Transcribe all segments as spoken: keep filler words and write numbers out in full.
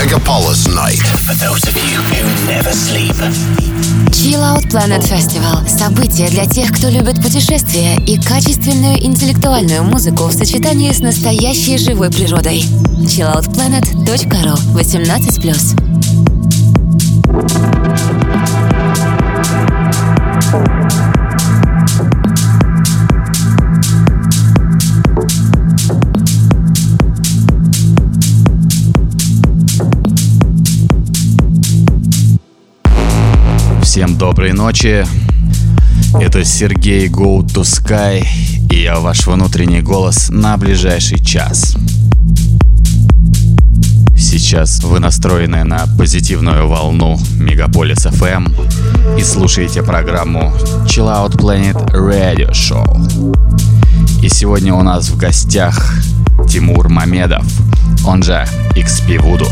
Megapolis Night. For those of you who never sleep. Chill Out Planet Festival – событие для тех, кто любит путешествия и качественную интеллектуальную музыку в сочетании с настоящей живой природой. чилл аут планет точка ру. восемнадцать плюс. Всем доброй ночи. Это Сергей Go to Sky, и я ваш внутренний голос на ближайший час. Сейчас вы настроены на позитивную волну Мегаполис эф эм и слушаете программу Chill Out Planet Radio Show. И сегодня у нас в гостях Тимур Мамедов, он же икс пи Voodoo.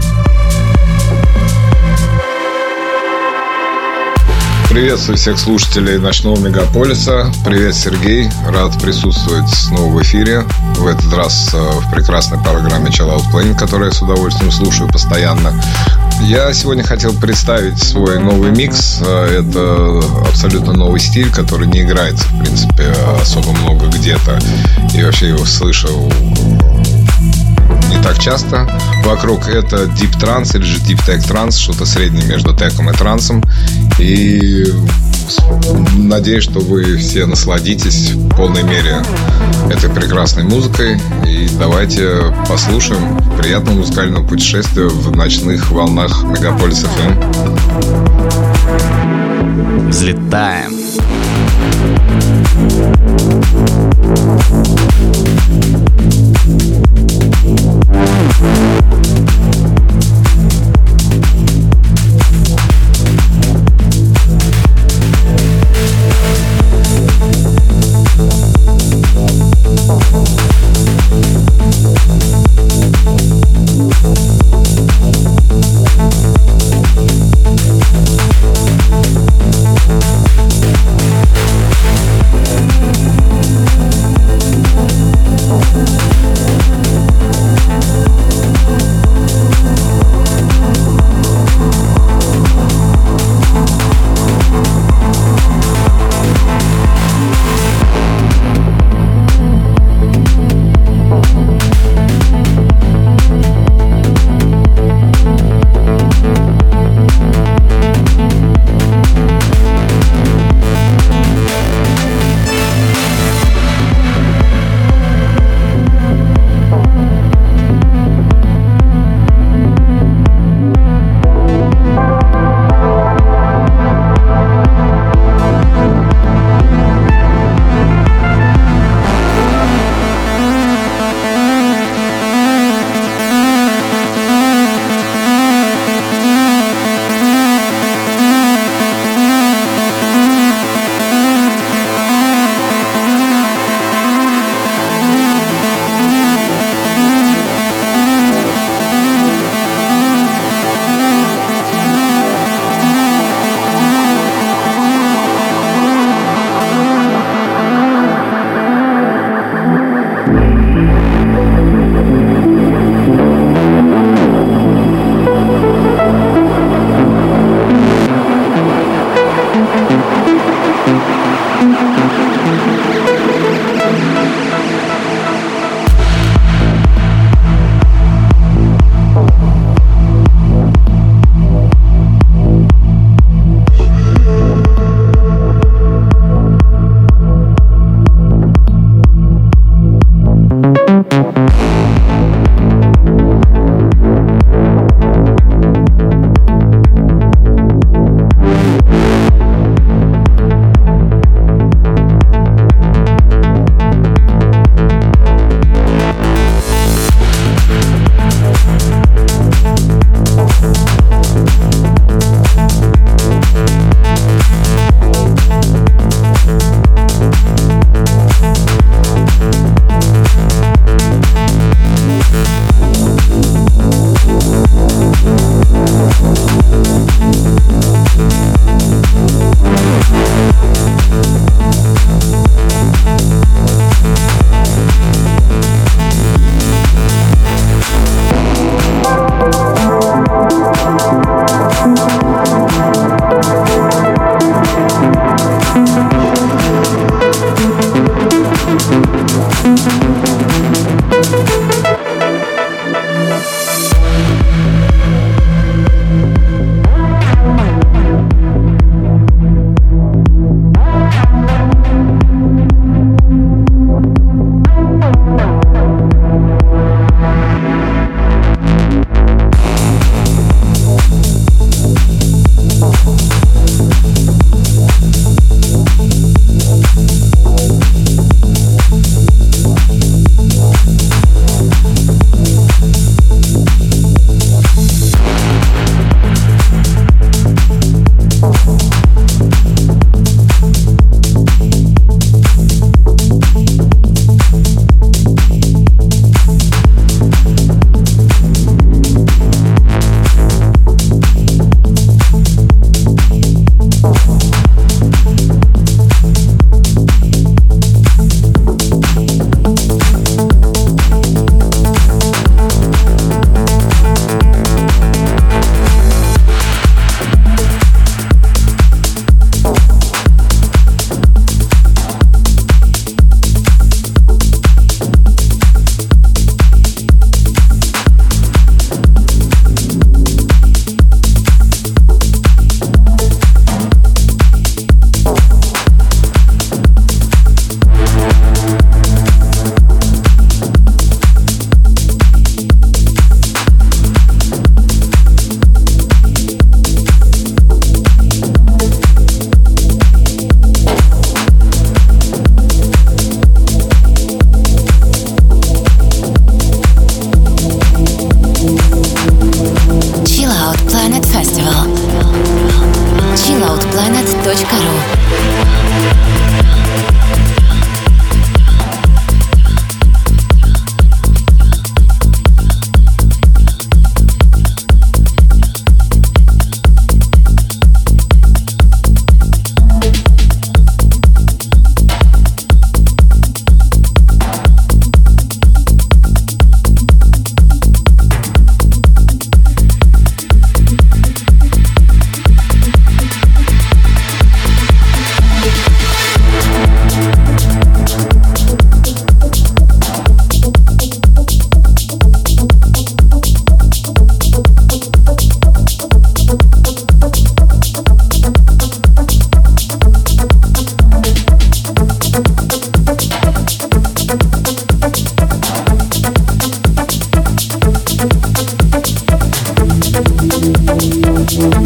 Приветствую всех слушателей Ночного Мегаполиса. Привет, Сергей. Рад присутствовать снова в эфире. В этот раз в прекрасной программе Chill Out Planet, которую я с удовольствием слушаю постоянно. Я сегодня хотел представить свой новый микс. Это абсолютно новый стиль, который не играется, в принципе, особо много где-то. И вообще его слышал не так часто вокруг. Это Deep Trance или же Deep Tech Trance, что-то среднее между теком и трансом. И надеюсь, что вы все насладитесь в полной мере этой прекрасной музыкой. И давайте послушаем приятного музыкального путешествия в ночных волнах Мегаполис эф эм. Взлетаем.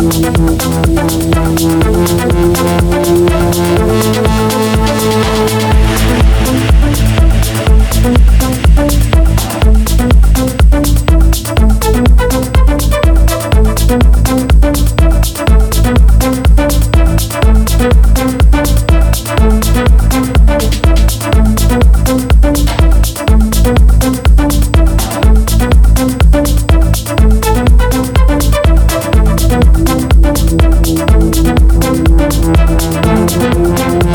We'll be right back.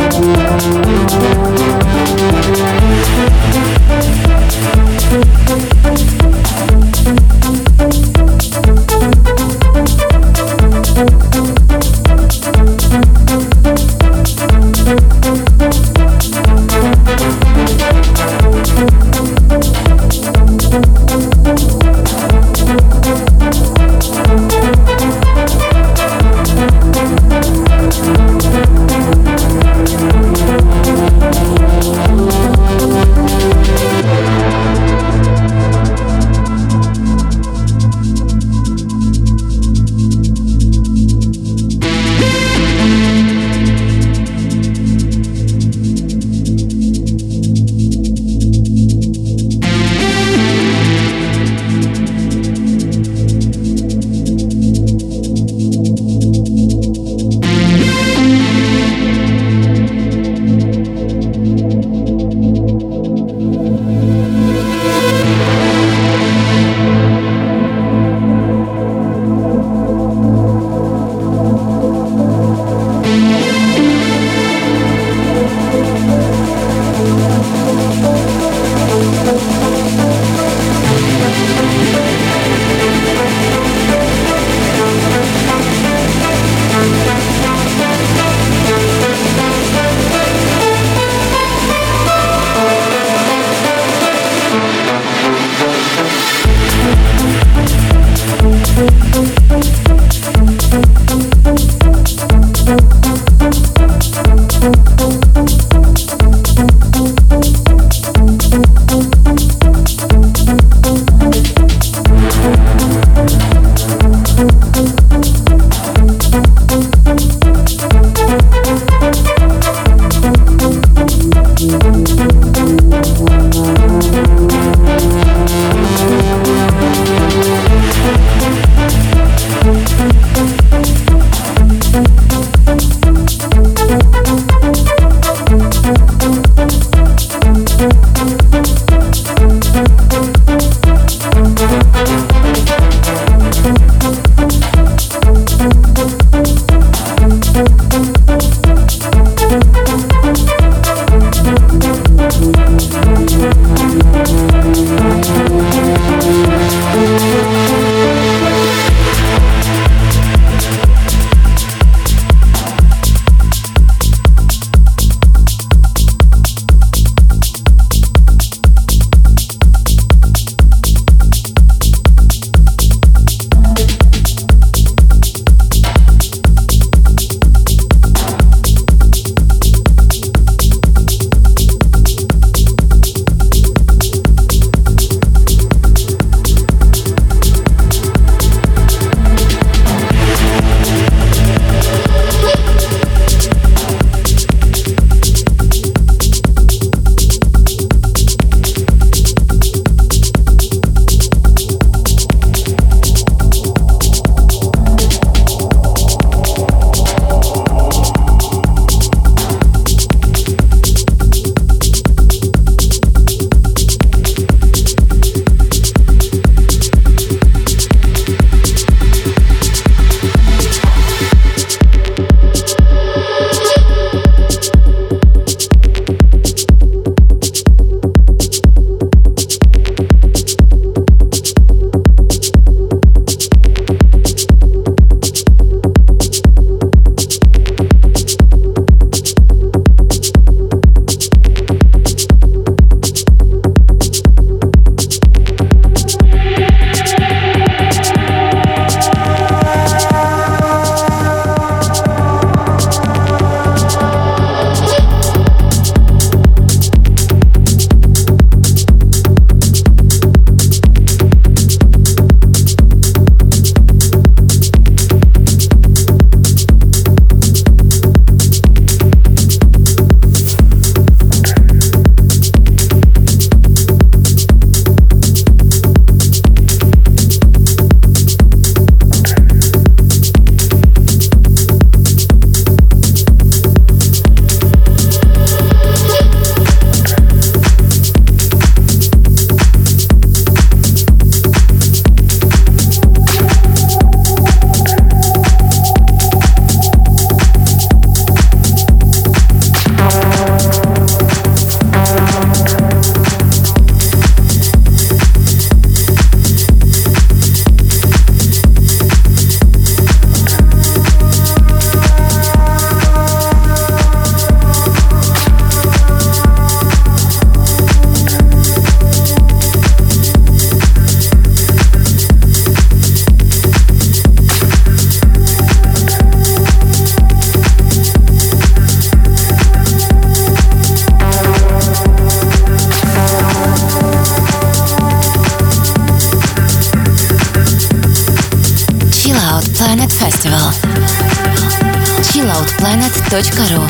Chillout Planet Festival. чиллаут планет точка ру.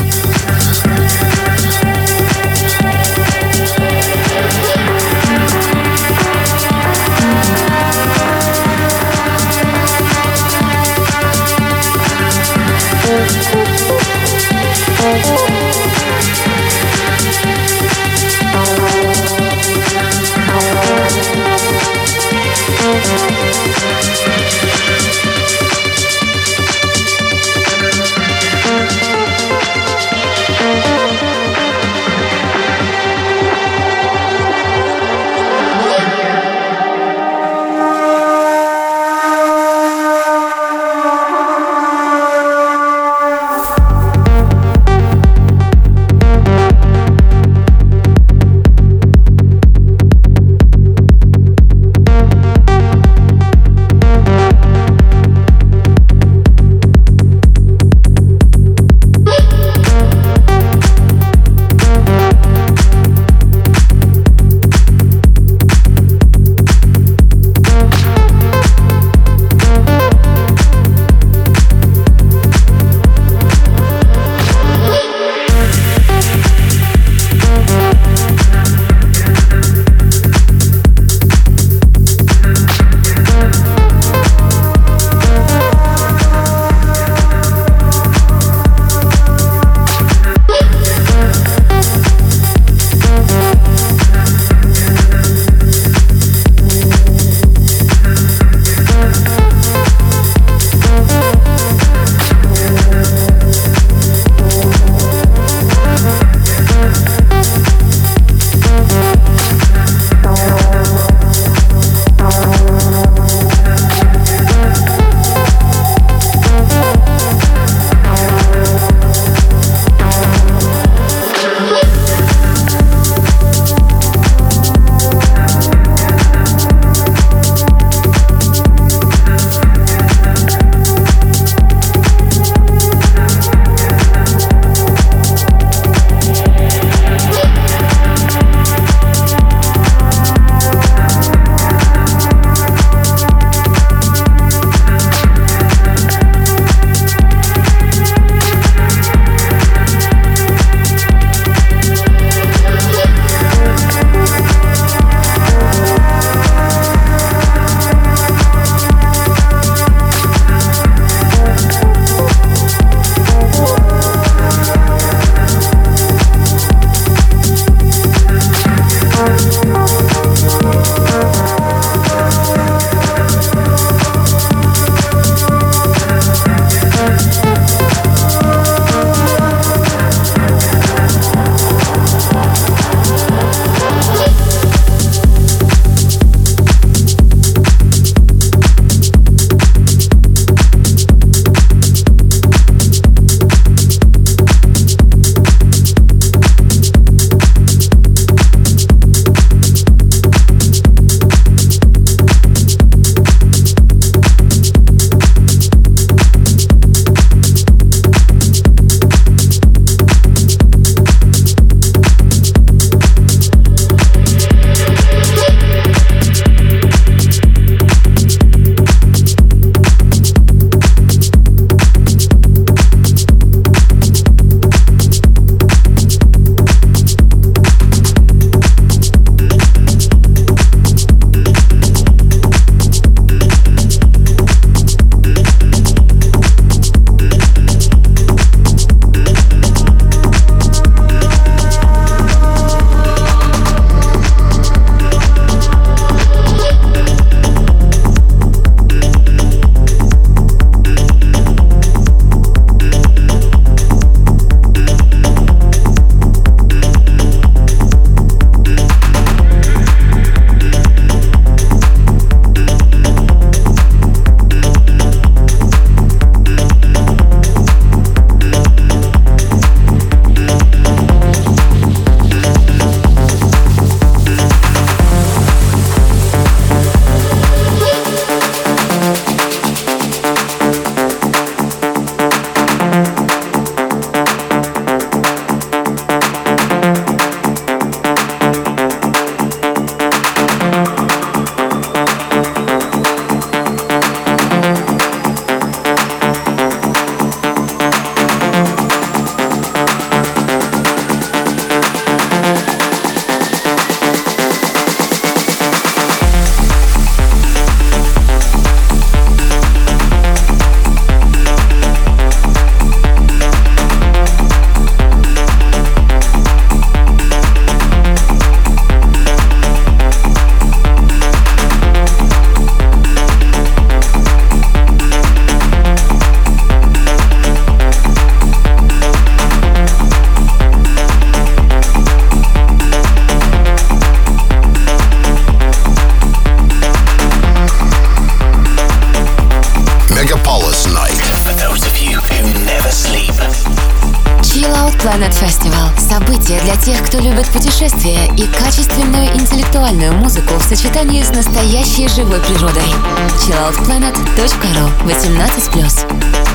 Planet Festival – событие для тех, кто любит путешествия и качественную интеллектуальную музыку в сочетании с настоящей живой природой. чилл аут планет точка ру, восемнадцать плюс.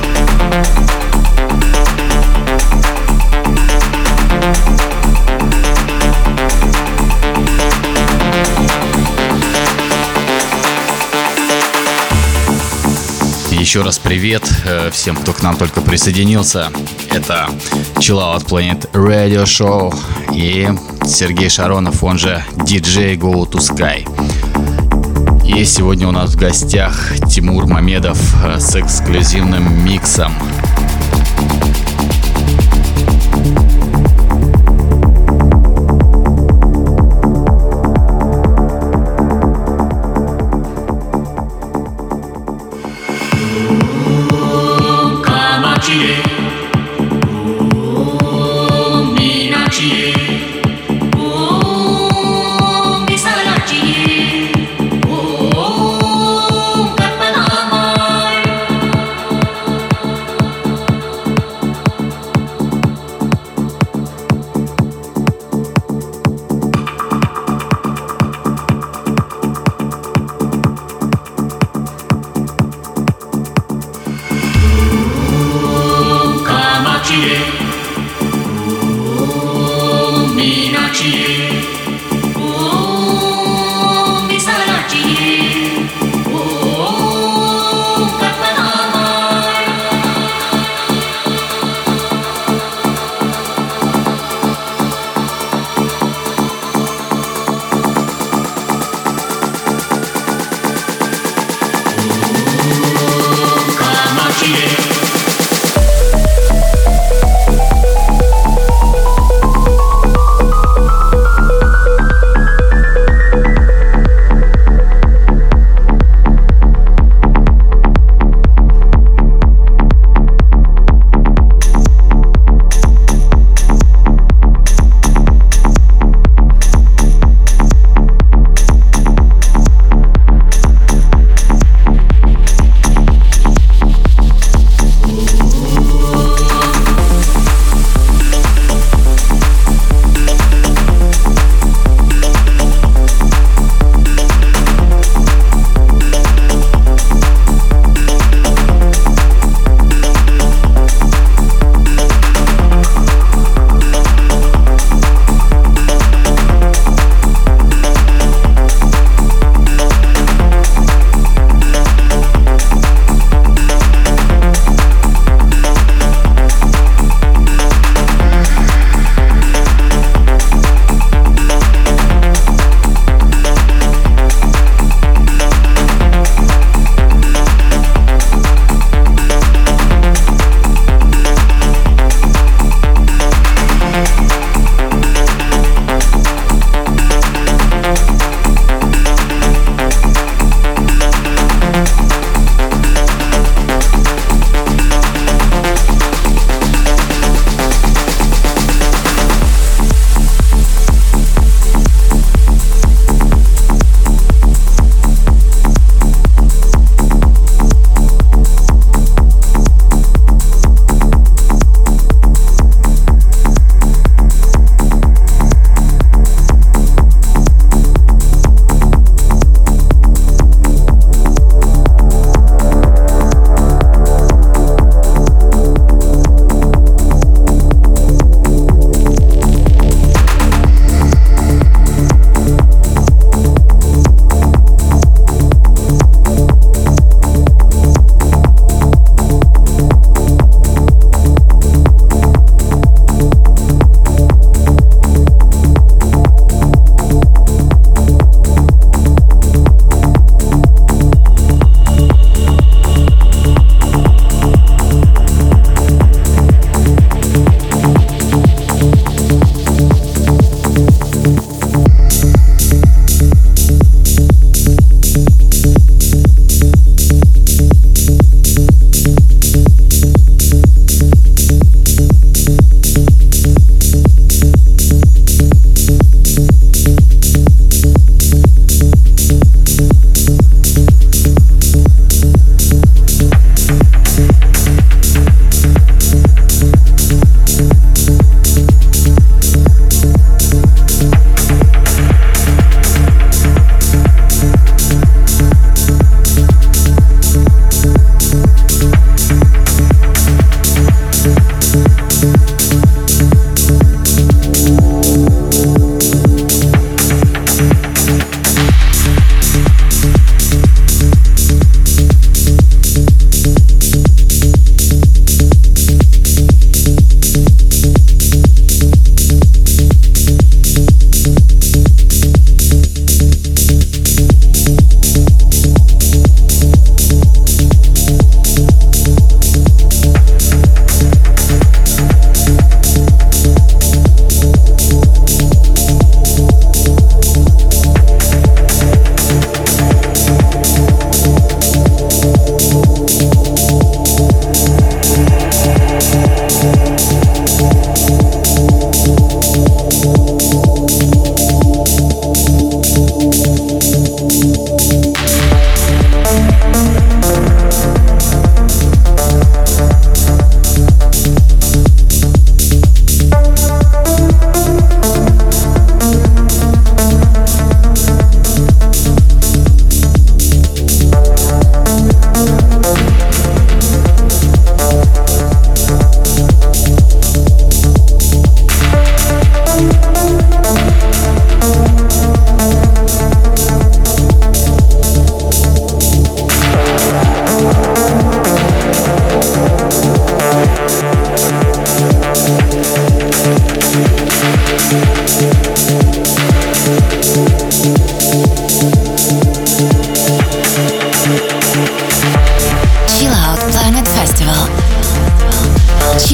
Еще раз привет всем, кто к нам только присоединился. Это Chill Out Planet Radio Show и Сергей Шаронов, он же ди джей Go to Sky. И сегодня у нас в гостях Тимур Мамедов с эксклюзивным миксом.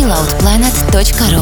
чиллаут планет точка ру.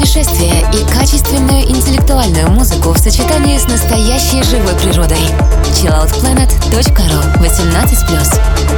путешествия и качественную интеллектуальную музыку в сочетании с настоящей живой природой. чилл аут планет точка ру, восемнадцать плюс.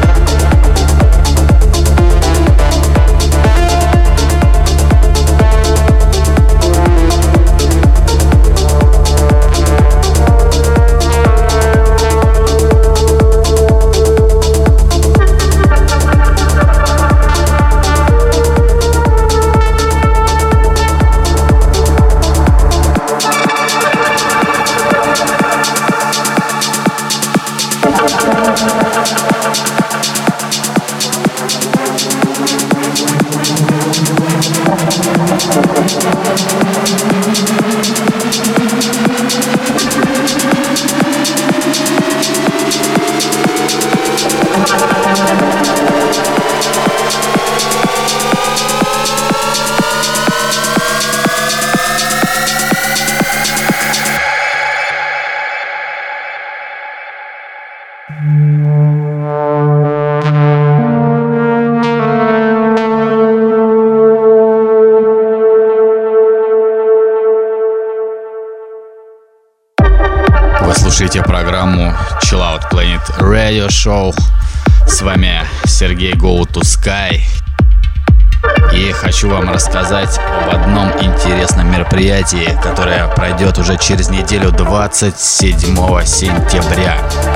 Слушайте программу Chill Out Planet Radio Show. С вами Сергей Go to Sky. И хочу вам рассказать об одном интересном мероприятии, которое пройдет уже через неделю, двадцать седьмого сентября.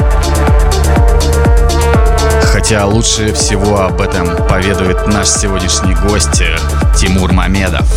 Хотя лучше всего об этом поведает наш сегодняшний гость Тимур Мамедов.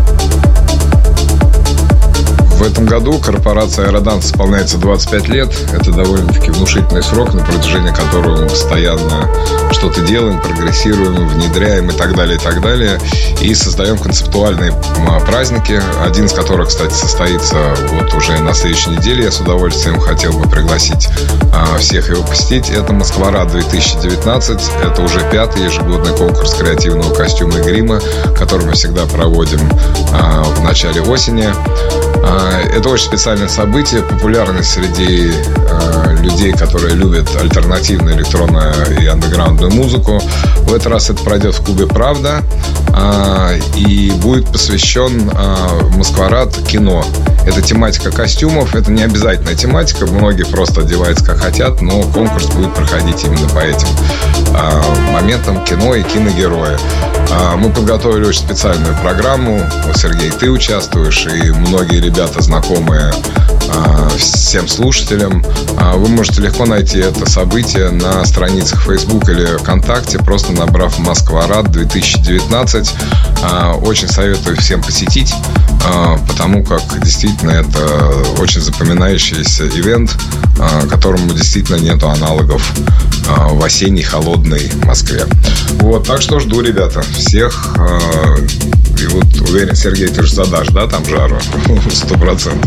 В этом году корпорация Aerodance исполняется двадцать пять лет. Это довольно-таки внушительный срок, на протяжении которого мы постоянно что-то делаем, прогрессируем, внедряем и так далее, и так далее. И создаем концептуальные праздники, один из которых, кстати, состоится вот уже на следующей неделе. Я с удовольствием хотел бы пригласить а, всех его посетить. Это Москварад две тысячи девятнадцать. Это уже пятый ежегодный конкурс креативного костюма и грима, который мы всегда проводим а, в начале осени. Это очень специальное событие, популярное среди э, людей, которые любят альтернативную электронную и андеграундную музыку. В этот раз это пройдет в клубе «Правда» э, и будет посвящен э, Москварад кино. Это тематика костюмов, это не обязательная тематика, многие просто одеваются как хотят, но конкурс будет проходить именно по этим э, моментам кино и киногерои. Э, мы подготовили очень специальную программу. Вот, Сергей, ты участвуешь, и многие ребята знакомые э, всем слушателям. Э, вы можете легко найти это событие на страницах Facebook или ВКонтакте, просто набрав «Москварад две тысячи девятнадцать». Э, очень советую всем посетить, э, потому как действительно это очень запоминающийся ивент, э, которому действительно нету аналогов э, в осенней холодной Москве. Вот, так что жду, ребята, всех. Э, И вот уверен, Сергей, ты же задашь, да, там жару? Сто процентов.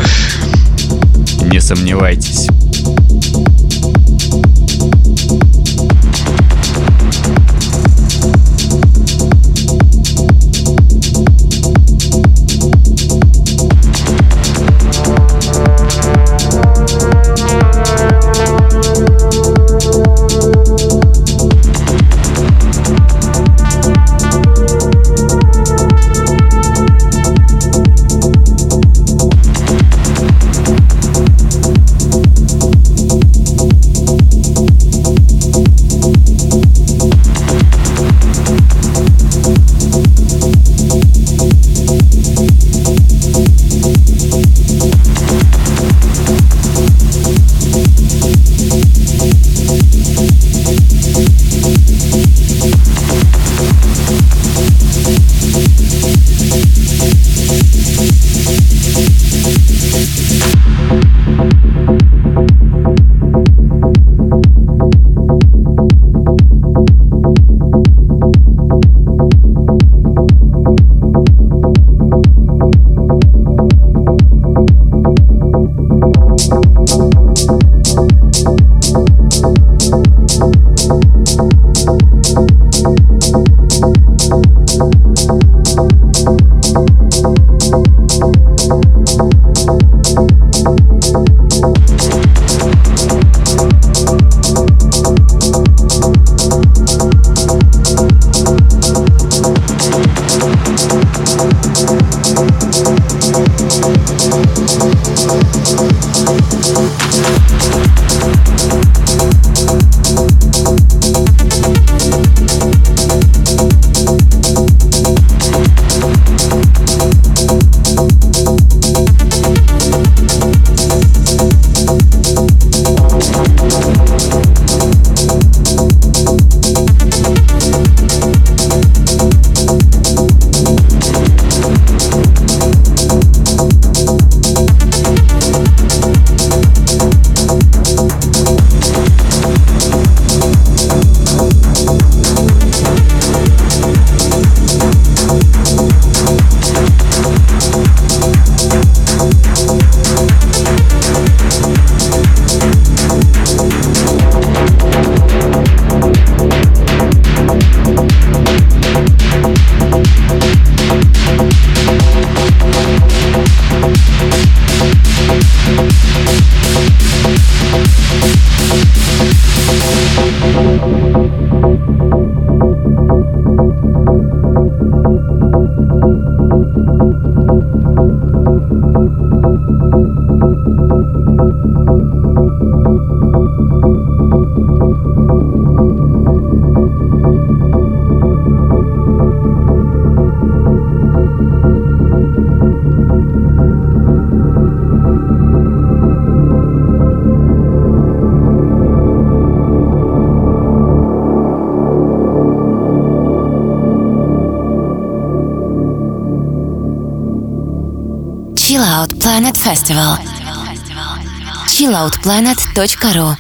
Не сомневайтесь. Out Planet Festival. чилл аут планет точка ру.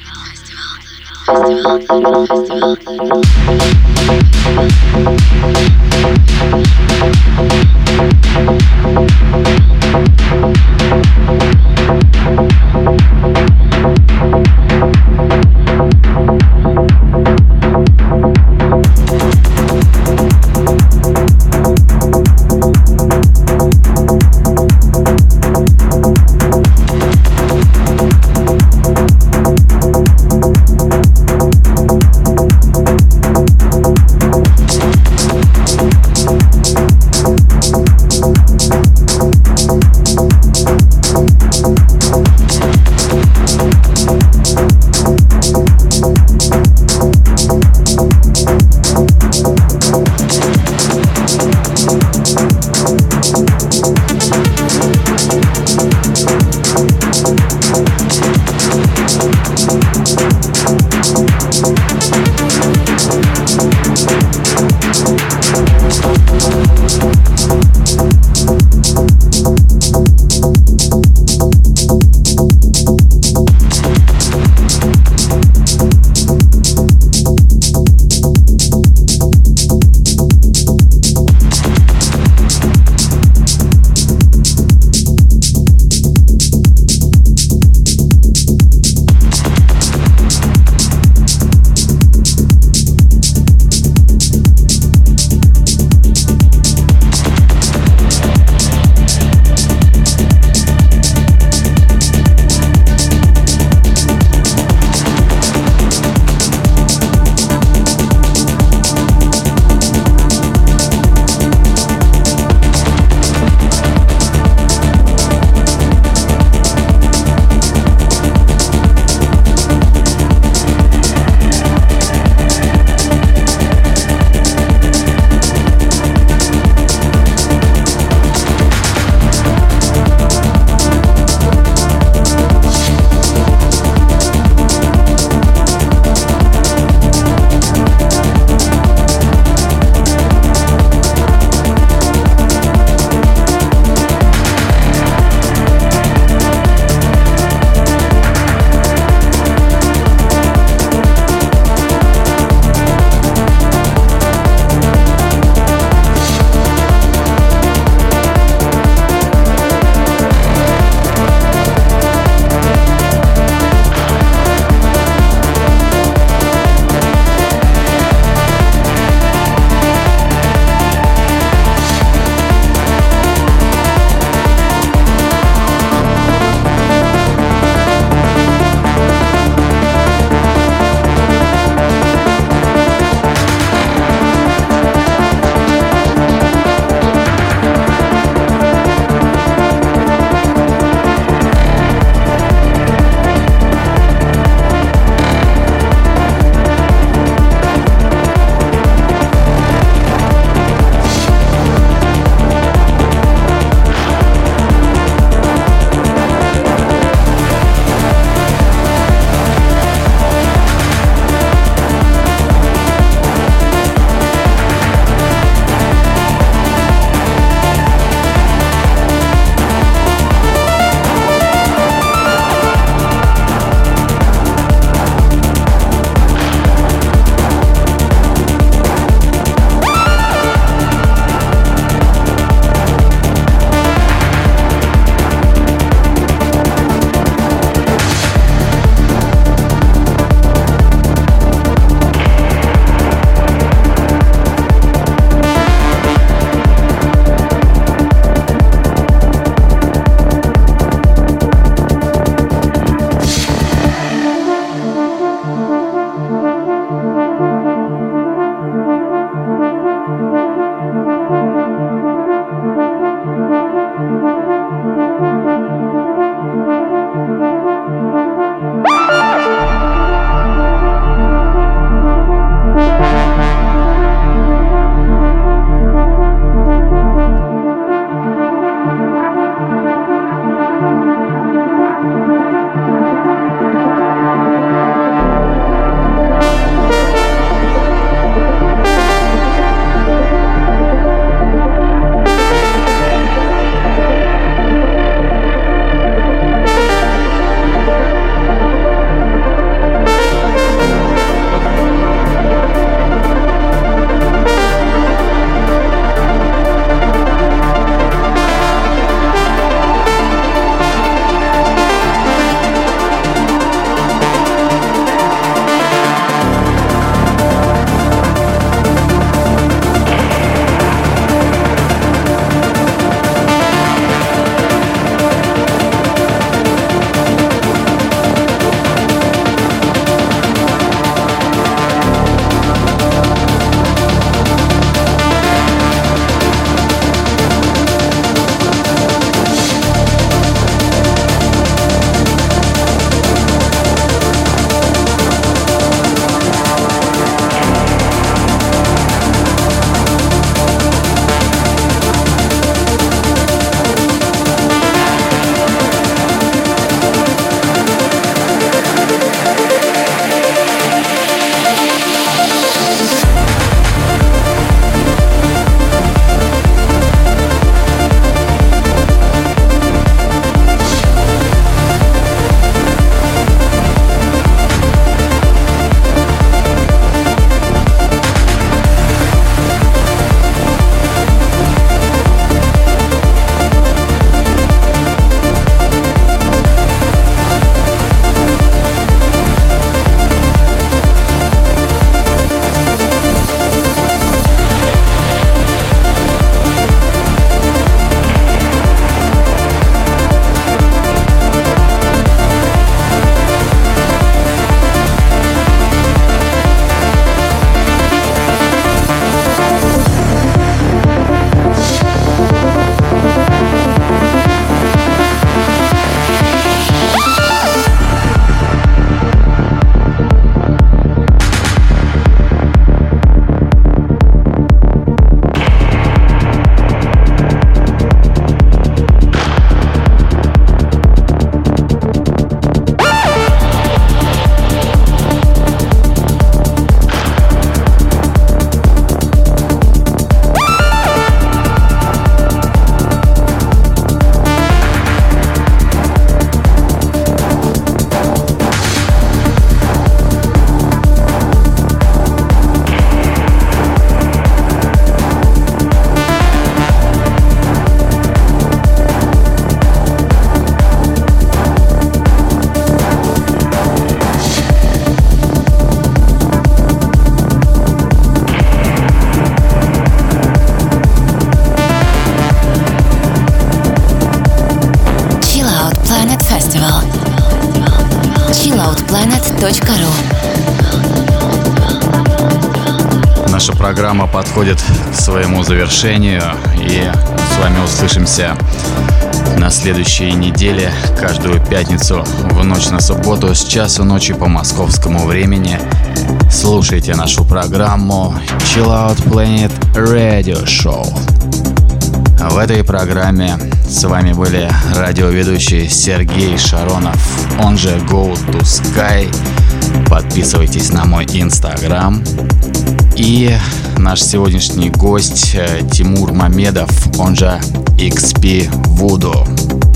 наша программа подходит к своему завершению, и с вами услышимся на следующей неделе, каждую пятницу в ночь на субботу с часу ночи по московскому времени. Слушайте нашу программу Chill Out Planet Radio Show. В этой программе с вами были радиоведущий Сергей Шаронов, он же Go to Sky. Подписывайтесь на мой инстаграм. И наш сегодняшний гость Тимур Мамедов, он же икс пи Voodoo.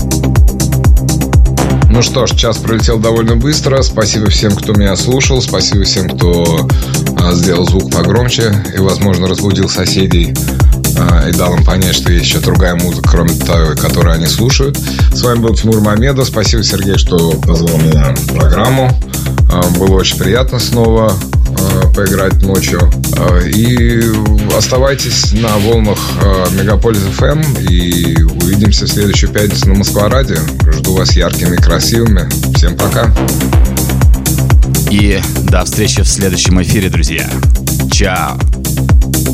Ну что ж, час пролетел довольно быстро. Спасибо всем, кто меня слушал. Спасибо всем, кто а, сделал звук погромче и, возможно, разбудил соседей а, и дал им понять, что есть еще другая музыка, кроме той, которую они слушают. С вами был Тимур Мамедов. Спасибо, Сергей, что позвал меня в программу. а, Было очень приятно снова поиграть ночью. И оставайтесь на волнах Мегаполис эф эм. И увидимся в следующую пятницу на Москва-радио. Жду вас яркими и красивыми. Всем пока. И до встречи в следующем эфире, друзья. Чао.